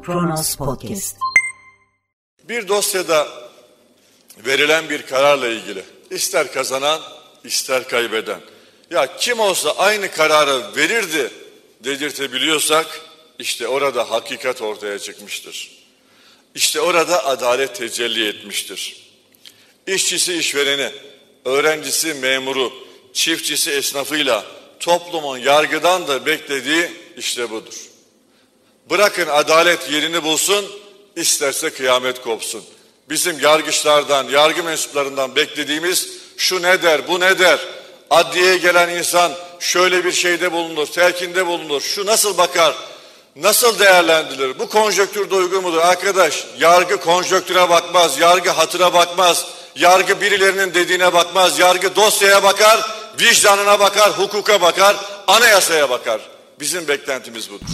Kronos Podcast. Bir dosyada verilen bir kararla ilgili ister kazanan ister kaybeden, ya kim olsa aynı kararı verirdi dedirtebiliyorsak işte orada hakikat ortaya çıkmıştır. İşte orada adalet tecelli etmiştir. İşçisi işvereni, öğrencisi memuru, çiftçisi esnafıyla toplumun yargıdan da beklediği işte budur. Bırakın adalet yerini bulsun, isterse kıyamet kopsun. Bizim yargıçlardan, yargı mensuplarından beklediğimiz şu ne der, bu ne der? Adliyeye gelen insan şöyle bir şeyde bulunur, telkinde bulunur. Şu nasıl bakar, nasıl değerlendirilir? Bu konjonktürde uygun mudur? Arkadaş, yargı konjonktüre bakmaz, yargı hatıra bakmaz, yargı birilerinin dediğine bakmaz, yargı dosyaya bakar, vicdanına bakar, hukuka bakar, anayasaya bakar. Bizim beklentimiz budur.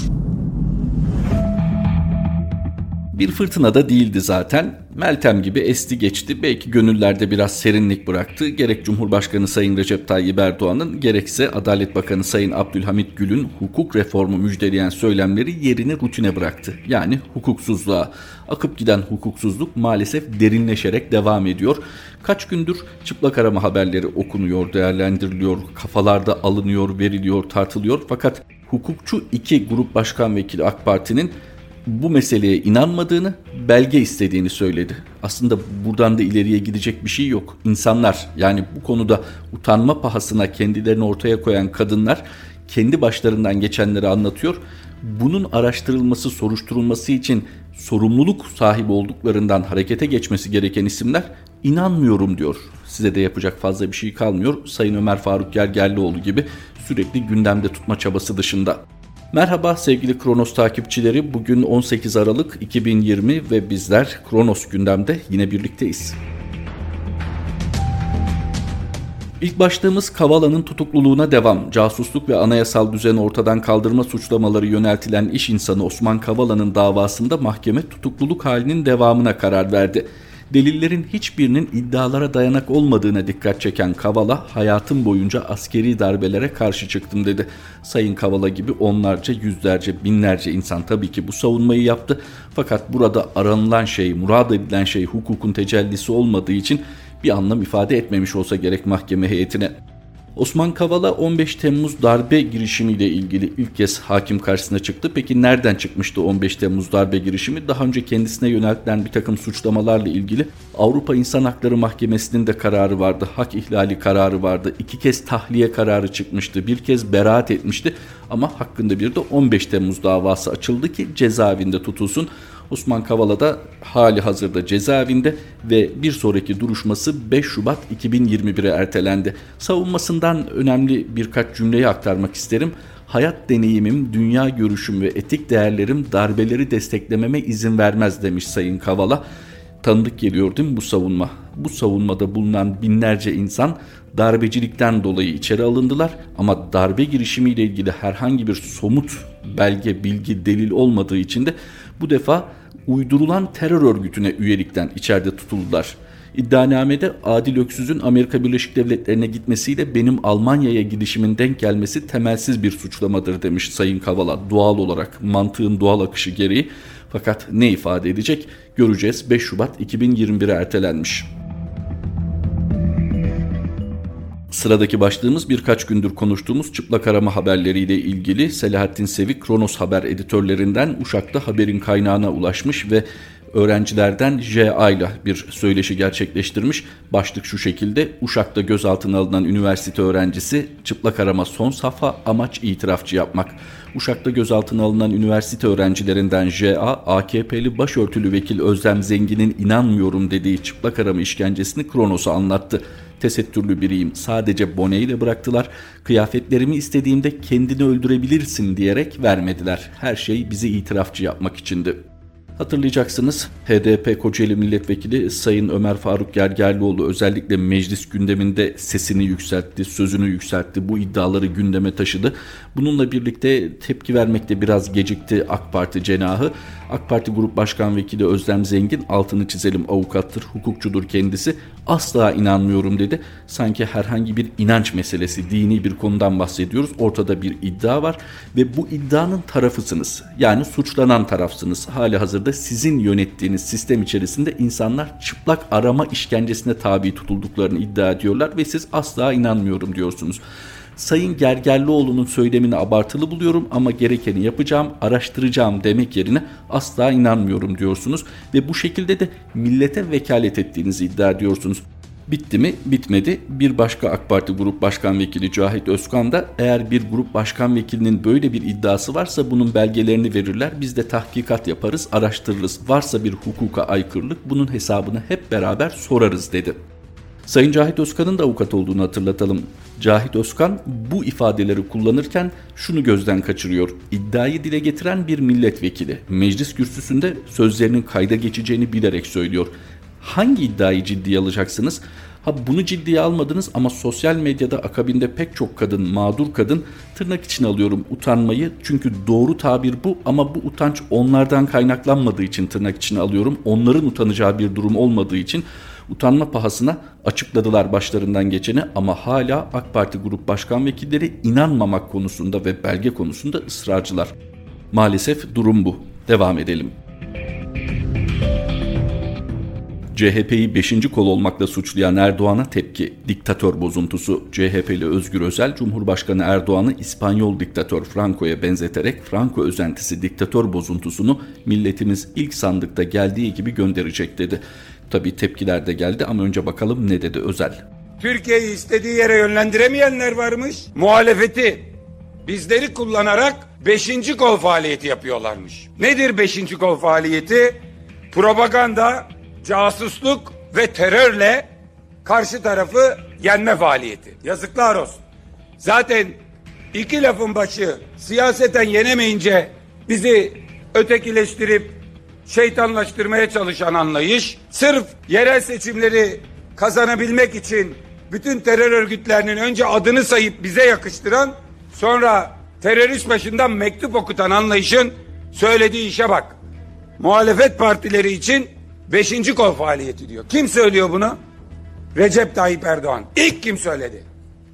Bir fırtına da değildi zaten. Meltem gibi esti geçti. Belki gönüllerde biraz serinlik bıraktı. Gerek Cumhurbaşkanı Sayın Recep Tayyip Erdoğan'ın gerekse Adalet Bakanı Sayın Abdülhamit Gül'ün hukuk reformu müjdeleyen söylemleri yerini rutine bıraktı. Yani hukuksuzluğa. Akıp giden hukuksuzluk maalesef derinleşerek devam ediyor. Kaç gündür çıplak arama haberleri okunuyor, değerlendiriliyor, kafalarda alınıyor, veriliyor, tartılıyor. Fakat hukukçu iki grup başkan vekili AK Parti'nin bu meseleye inanmadığını, belge istediğini söyledi. Aslında buradan da ileriye gidecek bir şey yok. İnsanlar, yani bu konuda utanma pahasına kendilerini ortaya koyan kadınlar kendi başlarından geçenleri anlatıyor. Bunun araştırılması, soruşturulması için sorumluluk sahibi olduklarından harekete geçmesi gereken isimler inanmıyorum diyor. Size de yapacak fazla bir şey kalmıyor. Sayın Ömer Faruk Gergerlioğlu gibi sürekli gündemde tutma çabası dışında. Merhaba sevgili Kronos takipçileri. Bugün 18 Aralık 2020 ve bizler Kronos gündemde yine birlikteyiz. İlk başlığımız Kavala'nın tutukluluğuna devam. Casusluk ve anayasal düzeni ortadan kaldırma suçlamaları yöneltilen iş insanı Osman Kavala'nın davasında mahkeme tutukluluk halinin devamına karar verdi. Delillerin hiçbirinin iddialara dayanak olmadığına dikkat çeken Kavala, hayatım boyunca askeri darbelere karşı çıktım dedi. Sayın Kavala gibi onlarca, yüzlerce, binlerce insan tabii ki bu savunmayı yaptı. Fakat burada aranılan şey, murad edilen şey hukukun tecellisi olmadığı için bir anlam ifade etmemiş olsa gerek mahkeme heyetine. Osman Kavala 15 Temmuz darbe girişimiyle ilgili ilk kez hakim karşısına çıktı. Peki nereden çıkmıştı 15 Temmuz darbe girişimi? Daha önce kendisine yöneltilen bir takım suçlamalarla ilgili Avrupa İnsan Hakları Mahkemesi'nin de kararı vardı. Hak ihlali kararı vardı. 2 kez tahliye kararı çıkmıştı. Bir kez beraat etmişti. Ama hakkında bir de 15 Temmuz davası açıldı ki cezaevinde tutulsun. Osman Kavala da hali hazırda cezaevinde ve bir sonraki duruşması 5 Şubat 2021'e ertelendi. Savunmasından önemli birkaç cümleyi aktarmak isterim. Hayat deneyimim, dünya görüşüm ve etik değerlerim darbeleri desteklememe izin vermez demiş Sayın Kavala. Tanıdık geliyor değil mi bu savunma? Bu savunmada bulunan binlerce insan darbecilikten dolayı içeri alındılar ama darbe girişimiyle ilgili herhangi bir somut belge, bilgi, delil olmadığı için de bu defa uydurulan terör örgütüne üyelikten içeride tutuldular. İddianamede Adil Öksüz'ün Amerika Birleşik Devletleri'ne gitmesiyle benim Almanya'ya gidişimin denk gelmesi temelsiz bir suçlamadır demiş Sayın Kavala. Doğal olarak, mantığın doğal akışı gereği. Fakat ne ifade edecek göreceğiz. 5 Şubat 2021'e ertelenmiş. Sıradaki başlığımız birkaç gündür konuştuğumuz çıplak arama haberleriyle ilgili. Selahattin Sevik, Kronos Haber editörlerinden Uşak'ta haberin kaynağına ulaşmış ve öğrencilerden J.A. ile bir söyleşi gerçekleştirmiş. Başlık şu şekilde: Uşak'ta gözaltına alınan üniversite öğrencisi, çıplak arama son safha, amaç itirafçı yapmak. Uşak'ta gözaltına alınan üniversite öğrencilerinden J.A. AKP'li başörtülü vekil Özlem Zengin'in inanmıyorum dediği çıplak arama işkencesini Kronos'a anlattı. Tesettürlü biriyim, sadece boneyle bıraktılar. Kıyafetlerimi istediğimde kendini öldürebilirsin diyerek vermediler. Her şey bizi itirafçı yapmak içindi. Hatırlayacaksınız, HDP Kocaeli Milletvekili Sayın Ömer Faruk Gergerlioğlu özellikle meclis gündeminde sesini yükseltti, sözünü yükseltti, bu iddiaları gündeme taşıdı. Bununla birlikte tepki vermekte biraz gecikti AK Parti cenahı. AK Parti Grup Başkan Vekili Özlem Zengin, altını çizelim, avukattır, hukukçudur kendisi, asla inanmıyorum dedi. Sanki herhangi bir inanç meselesi, dini bir konudan bahsediyoruz. Ortada bir iddia var ve bu iddianın tarafısınız. Yani suçlanan tarafsınız. Halihazırda sizin yönettiğiniz sistem içerisinde insanlar çıplak arama işkencesine tabi tutulduklarını iddia ediyorlar ve siz asla inanmıyorum diyorsunuz. Sayın Gergerlioğlu'nun söylemini abartılı buluyorum ama gerekeni yapacağım, araştıracağım demek yerine asla inanmıyorum diyorsunuz ve bu şekilde de millete vekalet ettiğinizi iddia ediyorsunuz. Bitti mi? Bitmedi. Bir başka AK Parti Grup Başkan Vekili Cahit Özkan da eğer bir grup başkan vekilinin böyle bir iddiası varsa bunun belgelerini verirler. Biz de tahkikat yaparız, araştırırız. Varsa bir hukuka aykırılık bunun hesabını hep beraber sorarız dedi. Sayın Cahit Özkan'ın da avukat olduğunu hatırlatalım. Cahit Özkan bu ifadeleri kullanırken şunu gözden kaçırıyor. İddiayı dile getiren bir milletvekili meclis kürsüsünde sözlerinin kayda geçeceğini bilerek söylüyor. Hangi iddiayı ciddiye alacaksınız? Bunu ciddiye almadınız ama sosyal medyada akabinde pek çok kadın, mağdur kadın, tırnak içine alıyorum utanmayı, çünkü doğru tabir bu ama bu utanç onlardan kaynaklanmadığı için tırnak içine alıyorum, onların utanacağı bir durum olmadığı için utanma pahasına açıkladılar başlarından geçeni ama hala AK Parti Grup Başkan Vekilleri inanmamak konusunda ve belge konusunda ısrarcılar. Maalesef durum bu. Devam edelim. CHP'yi 5. kol olmakla suçlayan Erdoğan'a tepki, diktatör bozuntusu. CHP'li Özgür Özel, Cumhurbaşkanı Erdoğan'ı İspanyol diktatör Franco'ya benzeterek Franco özentisi diktatör bozuntusunu milletimiz ilk sandıkta geldiği gibi gönderecek dedi. Tabii tepkiler de geldi ama önce bakalım ne dedi Özel. Türkiye'yi istediği yere yönlendiremeyenler varmış. Muhalefeti, bizleri kullanarak 5. kol faaliyeti yapıyorlarmış. Nedir 5. kol faaliyeti? Propaganda, casusluk ve terörle karşı tarafı yenme faaliyeti. Yazıklar olsun. Zaten iki lafın başı siyaseten yenemeyince bizi ötekileştirip şeytanlaştırmaya çalışan anlayış, sırf yerel seçimleri kazanabilmek için bütün terör örgütlerinin önce adını sayıp bize yakıştıran, sonra terörist başından mektup okutan anlayışın söylediği işe bak. Muhalefet partileri için 5. kol faaliyeti diyor. Kim söylüyor bunu? Recep Tayyip Erdoğan. İlk kim söyledi?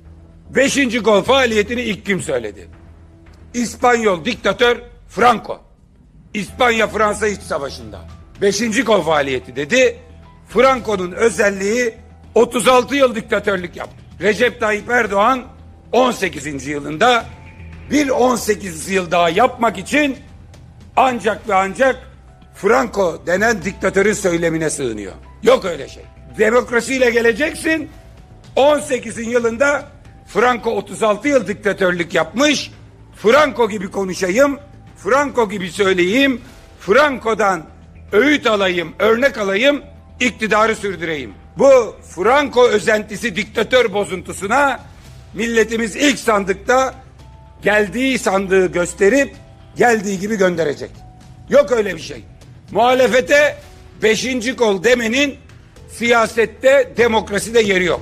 5. kol faaliyetini ilk kim söyledi? İspanyol diktatör Franco. İspanya-Fransa İç Savaşı'nda 5. kol faaliyeti dedi. Franco'nun özelliği 36 yıl diktatörlük yaptı. Recep Tayyip Erdoğan 18. yılında bir 18 yıl daha yapmak için ancak ve ancak Franco denen diktatörün söylemine sığınıyor. Yok öyle şey. Demokrasiyle geleceksin. 18'in yılında Franco 36 yıl diktatörlük yapmış. Franco gibi konuşayım, Franco gibi söyleyeyim, Franco'dan öğüt alayım, örnek alayım, iktidarı sürdüreyim. Bu Franco özentisi diktatör bozuntusuna milletimiz ilk sandıkta geldiği sandığı gösterip geldiği gibi gönderecek. Yok öyle bir şey. Muhalefete 5. kol demenin siyasette, demokraside yeri yok.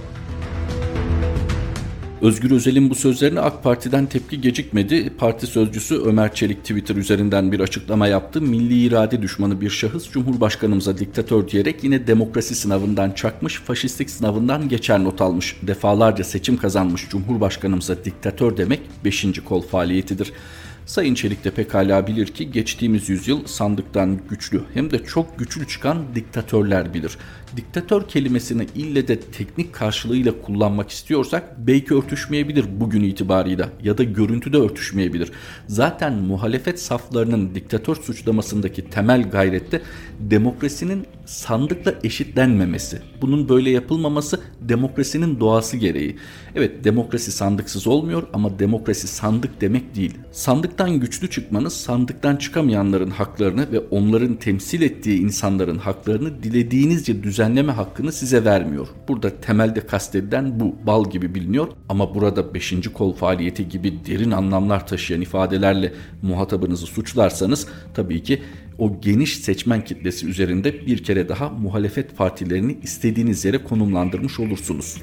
Özgür Özel'in bu sözlerine AK Parti'den tepki gecikmedi. Parti sözcüsü Ömer Çelik Twitter üzerinden bir açıklama yaptı. Milli irade düşmanı bir şahıs Cumhurbaşkanımıza diktatör diyerek yine demokrasi sınavından çakmış, faşistlik sınavından geçer not almış. Defalarca seçim kazanmış Cumhurbaşkanımıza diktatör demek 5. kol faaliyetidir. Sayın Çelik de pekala bilir ki geçtiğimiz yüzyıl sandıktan güçlü hem de çok güçlü çıkan diktatörler bilir. Diktatör kelimesini ille de teknik karşılığıyla kullanmak istiyorsak belki örtüşmeyebilir bugün itibarıyla ya da görüntüde örtüşmeyebilir. Zaten muhalefet saflarının diktatör suçlamasındaki temel gayrette demokrasinin sandıkla eşitlenmemesi. Bunun böyle yapılmaması demokrasinin doğası gereği. Evet, demokrasi sandıksız olmuyor ama demokrasi sandık demek değil. Sandıktan güçlü çıkmanız sandıktan çıkamayanların haklarını ve onların temsil ettiği insanların haklarını dilediğinizce düzenleme hakkını size vermiyor. Burada temelde kastedilen bu, bal gibi biliniyor ama burada 5. kol faaliyeti gibi derin anlamlar taşıyan ifadelerle muhatabınızı suçlarsanız tabii ki o geniş seçmen kitlesi üzerinde bir kere daha muhalefet partilerini istediğiniz yere konumlandırmış olursunuz.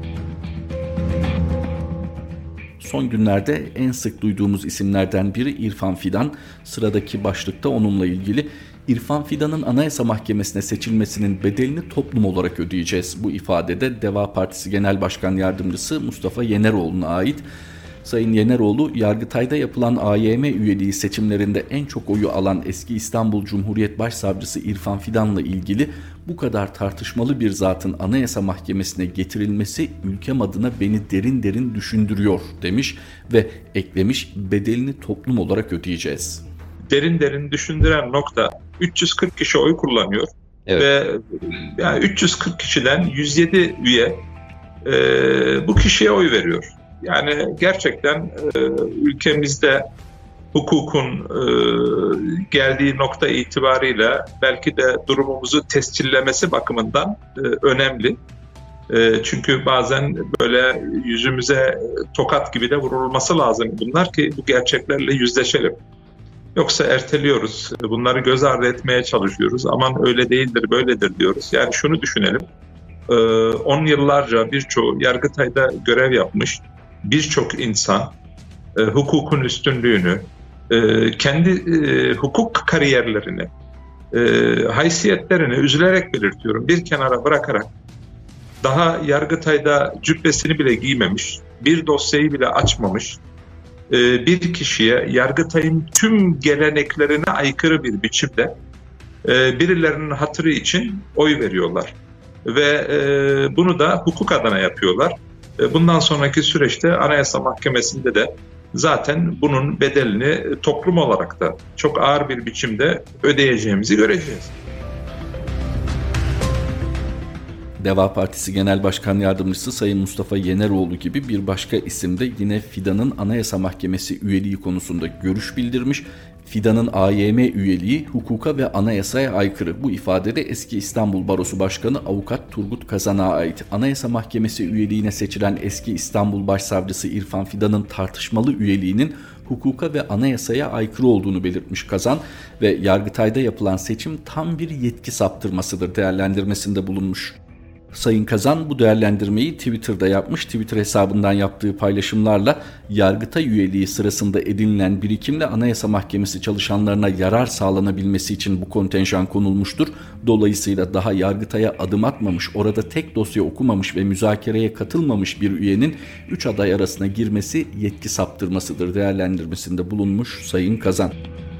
Son günlerde en sık duyduğumuz isimlerden biri İrfan Fidan. Sıradaki başlıkta onunla ilgili. İrfan Fidan'ın Anayasa Mahkemesi'ne seçilmesinin bedelini toplum olarak ödeyeceğiz. Bu ifadede Deva Partisi Genel Başkan Yardımcısı Mustafa Yeneroğlu'na ait. Sayın Yeneroğlu, Yargıtay'da yapılan AYM üyeliği seçimlerinde en çok oyu alan eski İstanbul Cumhuriyet Başsavcısı İrfan Fidan'la ilgili bu kadar tartışmalı bir zatın Anayasa Mahkemesi'ne getirilmesi ülkem adına beni derin derin düşündürüyor demiş ve eklemiş, bedelini toplum olarak ödeyeceğiz. Derin derin düşündüren nokta 340 kişi oy kullanıyor. Evet. Ve yani 340 kişiden 107 üye bu kişiye oy veriyor. Yani gerçekten ülkemizde hukukun geldiği nokta itibariyle belki de durumumuzu tescillemesi bakımından önemli. Çünkü bazen böyle yüzümüze tokat gibi de vurulması lazım bunlar ki bu gerçeklerle yüzleşelim. Yoksa erteliyoruz, bunları göz ardı etmeye çalışıyoruz. Aman öyle değildir, böyledir diyoruz. Yani şunu düşünelim, 10 yıllarca birçoğu Yargıtay'da görev yapmış birçok insan hukukun üstünlüğünü, kendi hukuk kariyerlerini, haysiyetlerini üzülerek belirtiyorum, bir kenara bırakarak daha Yargıtay'da cübbesini bile giymemiş, bir dosyayı bile açmamış bir kişiye Yargıtay'ın tüm geleneklerine aykırı bir biçimde birilerinin hatırı için oy veriyorlar. Ve bunu da hukuk adına yapıyorlar. Bundan sonraki süreçte Anayasa Mahkemesi'nde de zaten bunun bedelini toplum olarak da çok ağır bir biçimde ödeyeceğimizi göreceğiz. Deva Partisi Genel Başkan Yardımcısı Sayın Mustafa Yeneroğlu gibi bir başka isim de yine Fidan'ın Anayasa Mahkemesi üyeliği konusunda görüş bildirmiş. Fidan'ın AYM üyeliği hukuka ve anayasaya aykırı. Bu ifadede eski İstanbul Barosu Başkanı Avukat Turgut Kazan'a ait. Anayasa Mahkemesi üyeliğine seçilen eski İstanbul Başsavcısı İrfan Fidan'ın tartışmalı üyeliğinin hukuka ve anayasaya aykırı olduğunu belirtmiş Kazan ve Yargıtay'da yapılan seçim tam bir yetki saptırmasıdır değerlendirmesinde bulunmuş. Sayın Kazan bu değerlendirmeyi Twitter'da yapmış. Twitter hesabından yaptığı paylaşımlarla Yargıtay üyeliği sırasında edinilen birikimle Anayasa Mahkemesi çalışanlarına yarar sağlanabilmesi için bu kontenjan konulmuştur. Dolayısıyla daha Yargıtay'a adım atmamış, orada tek dosya okumamış ve müzakereye katılmamış bir üyenin 3 aday arasına girmesi yetki saptırmasıdır değerlendirmesinde bulunmuş Sayın Kazan.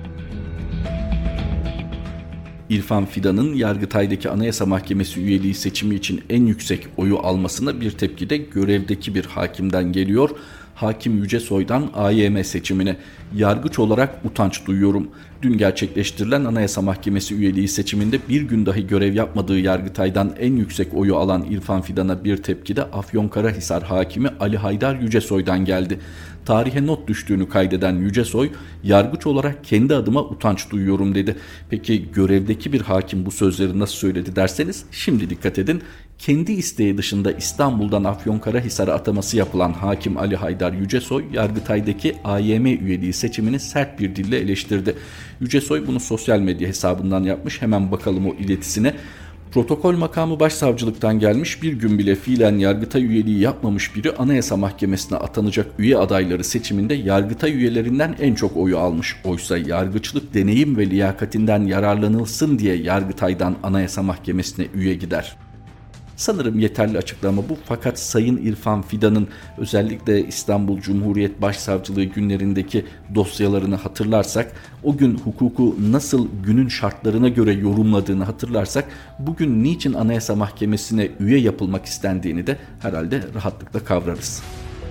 İrfan Fidan'ın Yargıtay'daki Anayasa Mahkemesi üyeliği seçimi için en yüksek oyu almasına bir tepki de görevdeki bir hakimden geliyor. Hakim Yücesoy'dan AYM seçimine yargıç olarak utanç duyuyorum. Dün gerçekleştirilen Anayasa Mahkemesi üyeliği seçiminde bir gün dahi görev yapmadığı Yargıtay'dan en yüksek oyu alan İrfan Fidan'a bir tepki de Afyonkarahisar hakimi Ali Haydar Yücesoy'dan geldi. Tarihe not düştüğünü kaydeden Yücesoy, yargıç olarak kendi adıma utanç duyuyorum dedi. Peki görevdeki bir hakim bu sözleri nasıl söyledi derseniz şimdi dikkat edin. Kendi isteği dışında İstanbul'dan Afyonkarahisar'a ataması yapılan hakim Ali Haydar Yücesoy, Yargıtay'daki AYM üyeliği seçimini sert bir dille eleştirdi. Yücesoy bunu sosyal medya hesabından yapmış. Hemen bakalım o iletisine. Protokol makamı başsavcılıktan gelmiş, bir gün bile fiilen Yargıtay üyeliği yapmamış biri Anayasa Mahkemesi'ne atanacak üye adayları seçiminde Yargıtay üyelerinden en çok oyu almış. Oysa yargıçlık deneyim ve liyakatinden yararlanılsın diye Yargıtay'dan Anayasa Mahkemesi'ne üye gider. Sanırım yeterli açıklama bu, fakat Sayın İrfan Fidan'ın özellikle İstanbul Cumhuriyet Başsavcılığı günlerindeki dosyalarını hatırlarsak, o gün hukuku nasıl günün şartlarına göre yorumladığını hatırlarsak, bugün niçin Anayasa Mahkemesi'ne üye yapılmak istendiğini de herhalde rahatlıkla kavrarız.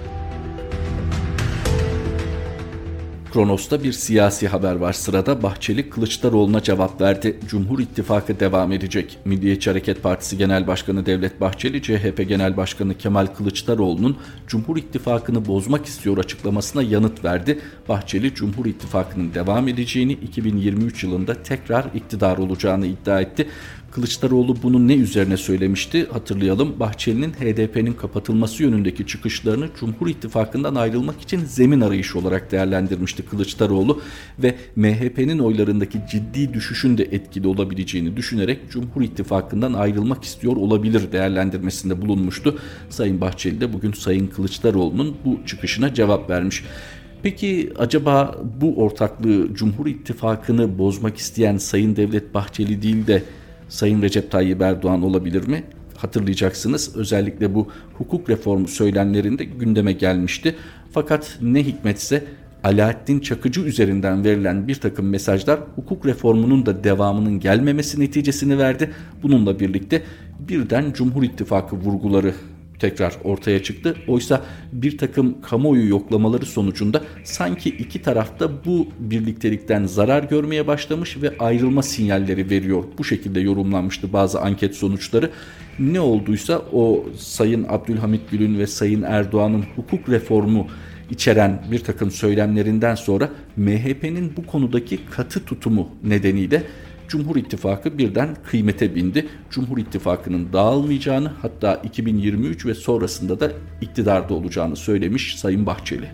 Kronos'ta bir siyasi haber var sırada. Bahçeli Kılıçdaroğlu'na cevap verdi. Cumhur İttifakı devam edecek. Milliyetçi Hareket Partisi Genel Başkanı Devlet Bahçeli, CHP Genel Başkanı Kemal Kılıçdaroğlu'nun Cumhur İttifakı'nı bozmak istiyor açıklamasına yanıt verdi. Bahçeli, Cumhur İttifakı'nın devam edeceğini, 2023 yılında tekrar iktidar olacağını iddia etti. Kılıçdaroğlu bunu ne üzerine söylemişti? Hatırlayalım. Bahçeli'nin HDP'nin kapatılması yönündeki çıkışlarını Cumhur İttifakı'ndan ayrılmak için zemin arayışı olarak değerlendirmişti Kılıçdaroğlu ve MHP'nin oylarındaki ciddi düşüşün de etkili olabileceğini düşünerek Cumhur İttifakı'ndan ayrılmak istiyor olabilir değerlendirmesinde bulunmuştu. Sayın Bahçeli de bugün Sayın Kılıçdaroğlu'nun bu çıkışına cevap vermiş. Peki acaba bu ortaklığı Cumhur İttifakı'nı bozmak isteyen Sayın Devlet Bahçeli değil de Sayın Recep Tayyip Erdoğan olabilir mi? Hatırlayacaksınız, özellikle bu hukuk reformu söylemlerinde gündeme gelmişti. Fakat ne hikmetse Alaaddin Çakıcı üzerinden verilen bir takım mesajlar hukuk reformunun da devamının gelmemesi neticesini verdi. Bununla birlikte birden Cumhur İttifakı vurguları tekrar ortaya çıktı. Oysa bir takım kamuoyu yoklamaları sonucunda sanki iki tarafta bu birliktelikten zarar görmeye başlamış ve ayrılma sinyalleri veriyor. Bu şekilde yorumlanmıştı bazı anket sonuçları. Ne olduysa o Sayın Abdülhamit Gül'ün ve Sayın Erdoğan'ın hukuk reformu içeren bir takım söylemlerinden sonra MHP'nin bu konudaki katı tutumu nedeniyle Cumhur İttifakı birden kıymete bindi. Cumhur İttifakı'nın dağılmayacağını, hatta 2023 ve sonrasında da iktidarda olacağını söylemiş Sayın Bahçeli.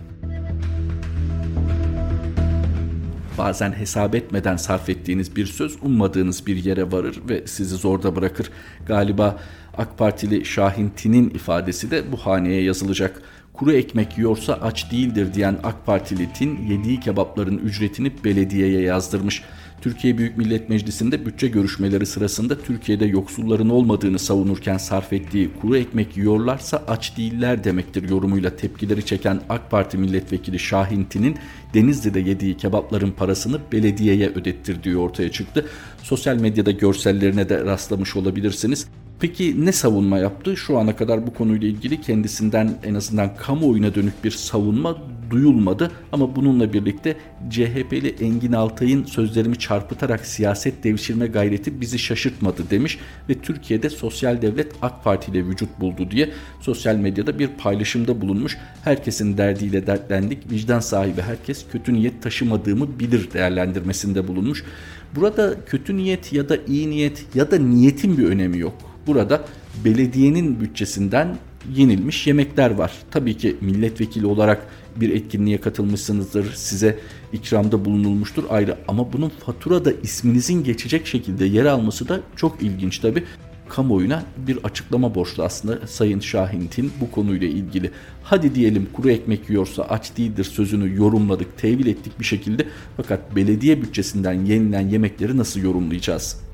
Bazen hesap etmeden sarf ettiğiniz bir söz ummadığınız bir yere varır ve sizi zorda bırakır. Galiba AK Partili Şahin Tin'in ifadesi de bu haneye yazılacak. Kuru ekmek yiyorsa aç değildir diyen AK Partili Tin, yediği kebapların ücretini belediyeye yazdırmış. Türkiye Büyük Millet Meclisi'nde bütçe görüşmeleri sırasında Türkiye'de yoksulların olmadığını savunurken sarf ettiği kuru ekmek yiyorlarsa aç değiller demektir yorumuyla tepkileri çeken AK Parti milletvekili Şahin Tin'in Denizli'de yediği kebapların parasını belediyeye ödettirdiği ortaya çıktı. Sosyal medyada görsellerine de rastlamış olabilirsiniz. Peki ne savunma yaptı? Şu ana kadar bu konuyla ilgili kendisinden en azından kamuoyuna dönük bir savunma duyulmadı. Ama bununla birlikte CHP'li Engin Altay'ın sözlerimi çarpıtarak siyaset devşirme gayreti bizi şaşırtmadı demiş ve Türkiye'de sosyal devlet AK Parti ile vücut buldu diye sosyal medyada bir paylaşımda bulunmuş. Herkesin derdiyle dertlendik, vicdan sahibi herkes kötü niyet taşımadığımı bilir değerlendirmesinde bulunmuş. Burada kötü niyet ya da iyi niyet ya da niyetin bir önemi yok. Burada belediyenin bütçesinden yenilmiş yemekler var. Tabii ki milletvekili olarak bir etkinliğe katılmışsınızdır, size ikramda bulunulmuştur ayrı, ama bunun faturada isminizin geçecek şekilde yer alması da çok ilginç tabii. Kamuoyuna bir açıklama borçlu aslında Sayın Şahin Tin bu konuyla ilgili. Hadi diyelim kuru ekmek yiyorsa aç değildir sözünü yorumladık, tevil ettik bir şekilde, fakat belediye bütçesinden yenilen yemekleri nasıl yorumlayacağız?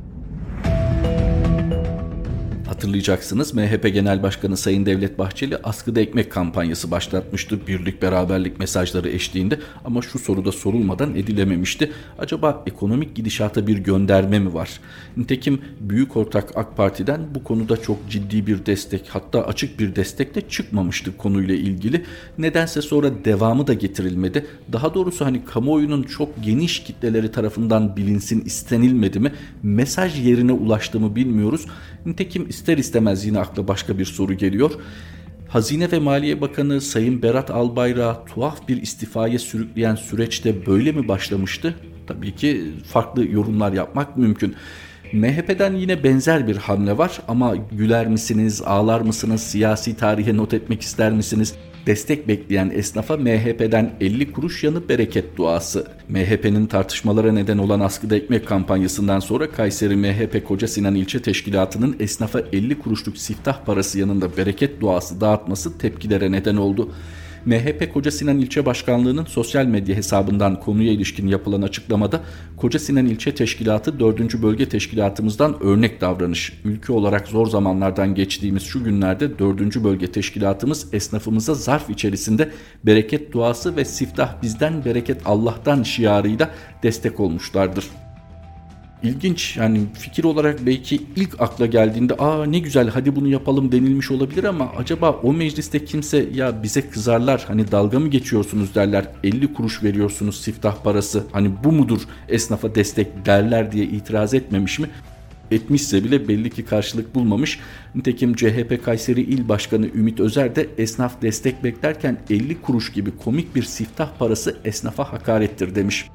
Hatırlayacaksınız, MHP Genel Başkanı Sayın Devlet Bahçeli askıda ekmek kampanyası başlatmıştı birlik beraberlik mesajları eşliğinde, ama şu soruda sorulmadan edilememişti. Acaba ekonomik gidişata bir gönderme mi var? Nitekim büyük ortak AK Parti'den bu konuda çok ciddi bir destek, hatta açık bir destek de çıkmamıştı konuyla ilgili. Nedense sonra devamı da getirilmedi. Daha doğrusu kamuoyunun çok geniş kitleleri tarafından bilinsin istenilmedi mi? Mesaj yerine ulaştı mı bilmiyoruz. Nitekim ister istemez yine akla başka bir soru geliyor. Hazine ve Maliye Bakanı Sayın Berat Albayrak'ı tuhaf bir istifaya sürükleyen süreçte böyle mi başlamıştı? Tabii ki farklı yorumlar yapmak mümkün. MHP'den yine benzer bir hamle var ama güler misiniz, ağlar mısınız, siyasi tarihe not etmek ister misiniz? Destek bekleyen esnafa MHP'den 50 kuruş yanı bereket duası. MHP'nin tartışmalara neden olan askıda ekmek kampanyasından sonra Kayseri MHP Koca Sinan İlçe Teşkilatı'nın esnafa 50 kuruşluk siftah parası yanında bereket duası dağıtması tepkilere neden oldu. MHP Koca Sinan İlçe Başkanlığı'nın sosyal medya hesabından konuya ilişkin yapılan açıklamada Koca Sinan İlçe Teşkilatı 4. Bölge Teşkilatımızdan örnek davranış. Ülke olarak zor zamanlardan geçtiğimiz şu günlerde 4. Bölge Teşkilatımız esnafımıza zarf içerisinde bereket duası ve siftah bizden bereket Allah'tan şiarıyla destek olmuşlardır. İlginç, fikir olarak belki ilk akla geldiğinde ne güzel hadi bunu yapalım denilmiş olabilir, ama acaba o mecliste kimse ya bize kızarlar, dalga mı geçiyorsunuz derler, 50 kuruş veriyorsunuz siftah parası, bu mudur esnafa destek derler diye itiraz etmemiş mi? Etmişse bile belli ki karşılık bulmamış. Nitekim CHP Kayseri İl Başkanı Ümit Özer de esnaf destek beklerken 50 kuruş gibi komik bir siftah parası esnafa hakarettir demiş.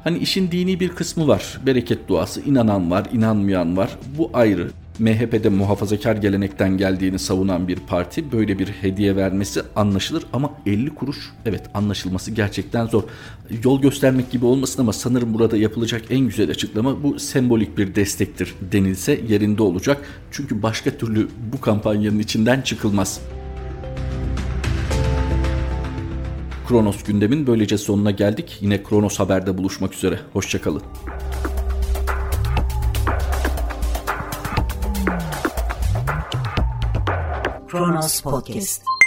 Hani işin dini bir kısmı var. Bereket duası, inanan var, inanmayan var. Bu ayrı. MHP'de muhafazakar gelenekten geldiğini savunan bir parti böyle bir hediye vermesi anlaşılır ama 50 kuruş, evet, anlaşılması gerçekten zor. Yol göstermek gibi olmasın ama sanırım burada yapılacak en güzel açıklama bu sembolik bir destektir denilse yerinde olacak. Çünkü başka türlü bu kampanyanın içinden çıkılmaz. Kronos gündemin böylece sonuna geldik. Yine Kronos Haber'de buluşmak üzere. Hoşçakalın. Kronos Podcast.